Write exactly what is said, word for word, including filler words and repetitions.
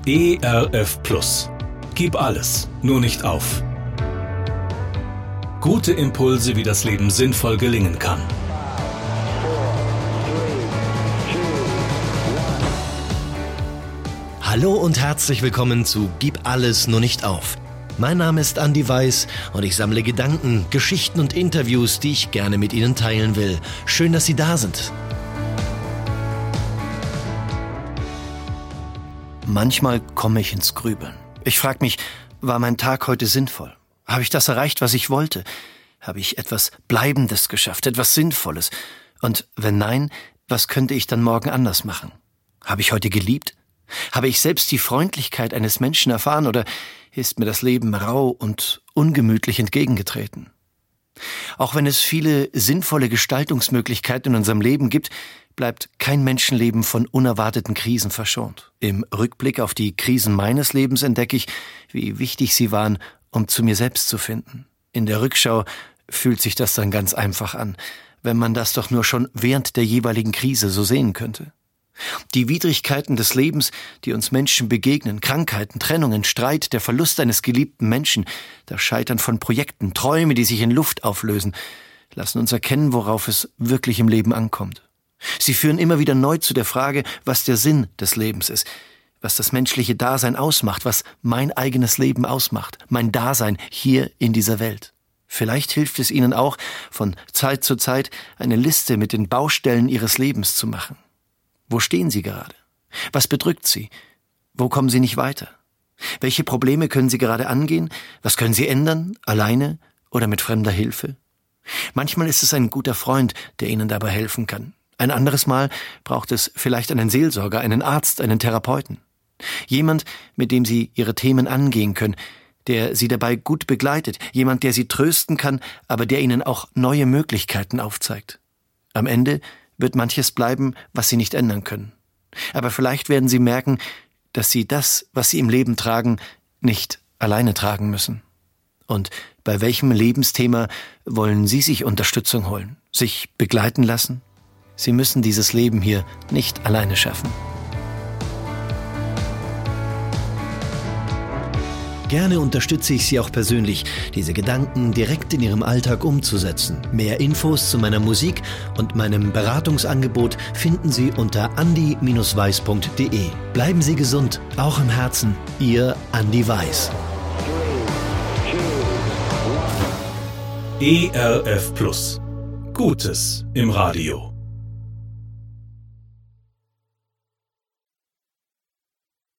E R F Plus. Gib alles, nur nicht auf. Gute Impulse, wie das Leben sinnvoll gelingen kann. Hallo und herzlich willkommen zu Gib alles, nur nicht auf. Mein Name ist Andi Weiß und ich sammle Gedanken, Geschichten und Interviews, die ich gerne mit Ihnen teilen will. Schön, dass Sie da sind. Manchmal komme ich ins Grübeln. Ich frage mich, war mein Tag heute sinnvoll? Habe ich das erreicht, was ich wollte? Habe ich etwas Bleibendes geschafft, etwas Sinnvolles? Und wenn nein, was könnte ich dann morgen anders machen? Habe ich heute geliebt? Habe ich selbst die Freundlichkeit eines Menschen erfahren oder ist mir das Leben rau und ungemütlich entgegengetreten? Auch wenn es viele sinnvolle Gestaltungsmöglichkeiten in unserem Leben gibt, bleibt kein Menschenleben von unerwarteten Krisen verschont. Im Rückblick auf die Krisen meines Lebens entdecke ich, wie wichtig sie waren, um zu mir selbst zu finden. In der Rückschau fühlt sich das dann ganz einfach an, wenn man das doch nur schon während der jeweiligen Krise so sehen könnte. Die Widrigkeiten des Lebens, die uns Menschen begegnen, Krankheiten, Trennungen, Streit, der Verlust eines geliebten Menschen, das Scheitern von Projekten, Träume, die sich in Luft auflösen, lassen uns erkennen, worauf es wirklich im Leben ankommt. Sie führen immer wieder neu zu der Frage, was der Sinn des Lebens ist, was das menschliche Dasein ausmacht, was mein eigenes Leben ausmacht, mein Dasein hier in dieser Welt. Vielleicht hilft es Ihnen auch, von Zeit zu Zeit eine Liste mit den Baustellen Ihres Lebens zu machen. Wo stehen Sie gerade? Was bedrückt Sie? Wo kommen Sie nicht weiter? Welche Probleme können Sie gerade angehen? Was können Sie ändern, alleine oder mit fremder Hilfe? Manchmal ist es ein guter Freund, der Ihnen dabei helfen kann. Ein anderes Mal braucht es vielleicht einen Seelsorger, einen Arzt, einen Therapeuten. Jemand, mit dem Sie Ihre Themen angehen können, der Sie dabei gut begleitet, jemand, der Sie trösten kann, aber der Ihnen auch neue Möglichkeiten aufzeigt. Am Ende wird manches bleiben, was Sie nicht ändern können. Aber vielleicht werden Sie merken, dass Sie das, was Sie im Leben tragen, nicht alleine tragen müssen. Und bei welchem Lebensthema wollen Sie sich Unterstützung holen, sich begleiten lassen? Sie müssen dieses Leben hier nicht alleine schaffen. Gerne unterstütze ich Sie auch persönlich, diese Gedanken direkt in Ihrem Alltag umzusetzen. Mehr Infos zu meiner Musik und meinem Beratungsangebot finden Sie unter andi Bindestrich weiß punkt de. Bleiben Sie gesund, auch im Herzen. Ihr Andi Weiß. E R F Plus. Gutes im Radio.